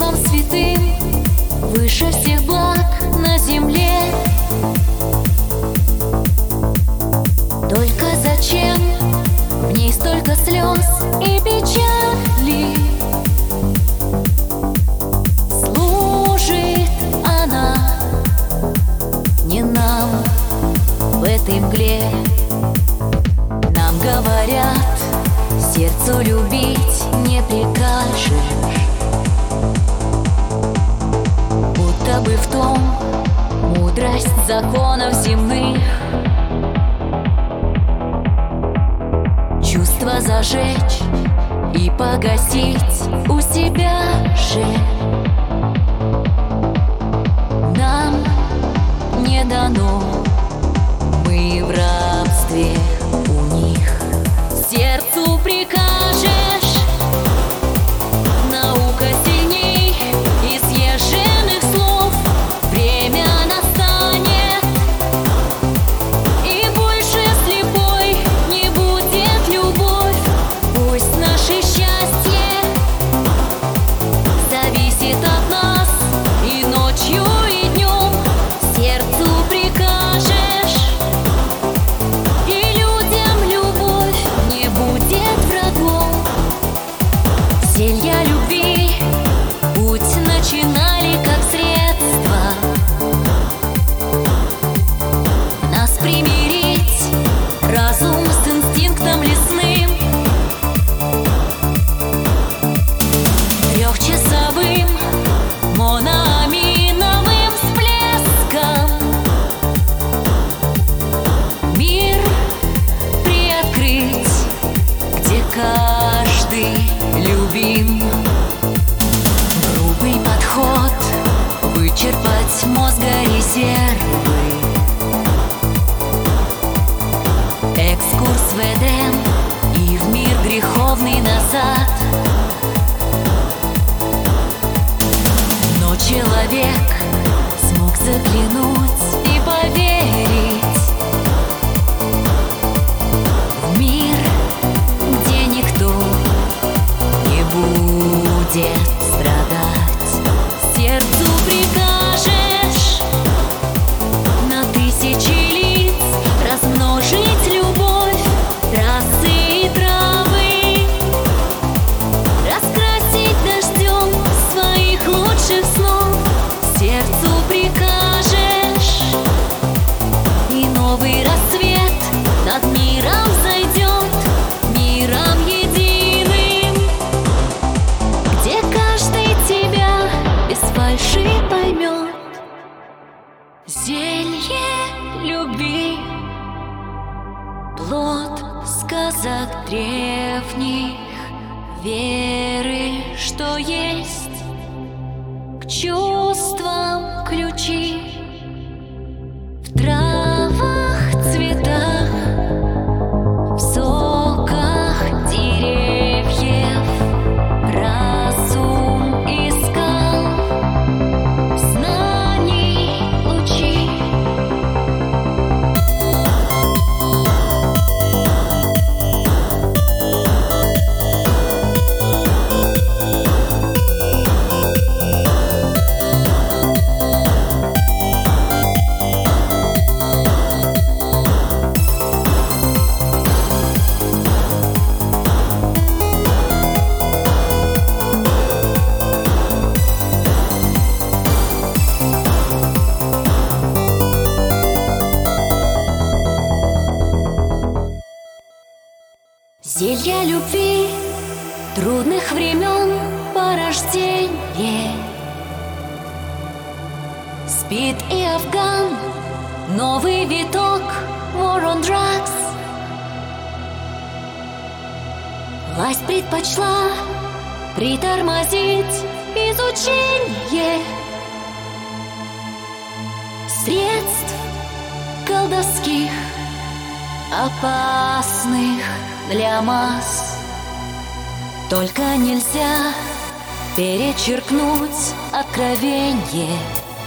чувством святым, выше всех благ на земле. Только зачем в ней столько слез и печали? Служит она не нам в этой мгле. Нам говорят, сердцу любить не прикажешь, будто бы в том мудрость законов земных. Чувства зажечь и погасить у себя же нам не дано. Мы в рабстве у них. Сердцу прикажешь, наука сильней и съезженных слов. Время настанет, и больше слепой не будет любовь. Пусть наше счастье зависит от нас и ночью, и днем. Сердцу прикажешь, и людям любовь не будет врагом. Зелья любви путь начинали как средство нас примирить, разум с инстинктом лесным. Трехчасовым моноаминовым всплеском мир приоткрыть, где каждый любим. Грубый подход — вычерпать мозга резервы. Экскурс в Эдем и в мир греховный назад. Но человек смог заглянуть и поверить в мир, где никто не будет страдать. Сердцу прикажешь на тысячи лиц размножить любовь, трассы и травы, раскрасить дождем своих лучших снов. Сердцу прикажешь, и новый рассвет над миром зайдет, миром единым, где каждый тебя без фальши поймет. Зелье любви, плод сказок древних, веры, что есть к чувствам ключи. В травах, цветах, в соках деревьев разум искал знаний лучи. Зелья любви трудных времен порождение. Спид и Афган, новый виток, war on drugs. Власть предпочла притормозить изучение средств колдовских, опасных для масс. Только нельзя перечеркнуть откровение,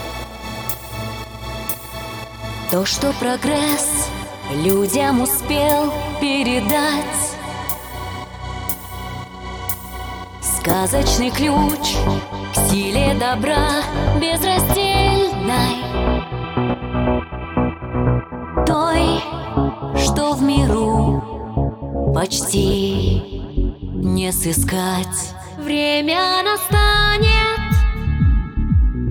то, что прогресс людям успел передать. Сказочный ключ к силе добра безраздельной, той, что в миру почти не сыскать. Время настанет,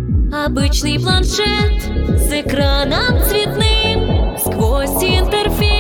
обычный планшет с экраном цветным, сквозь интерфейс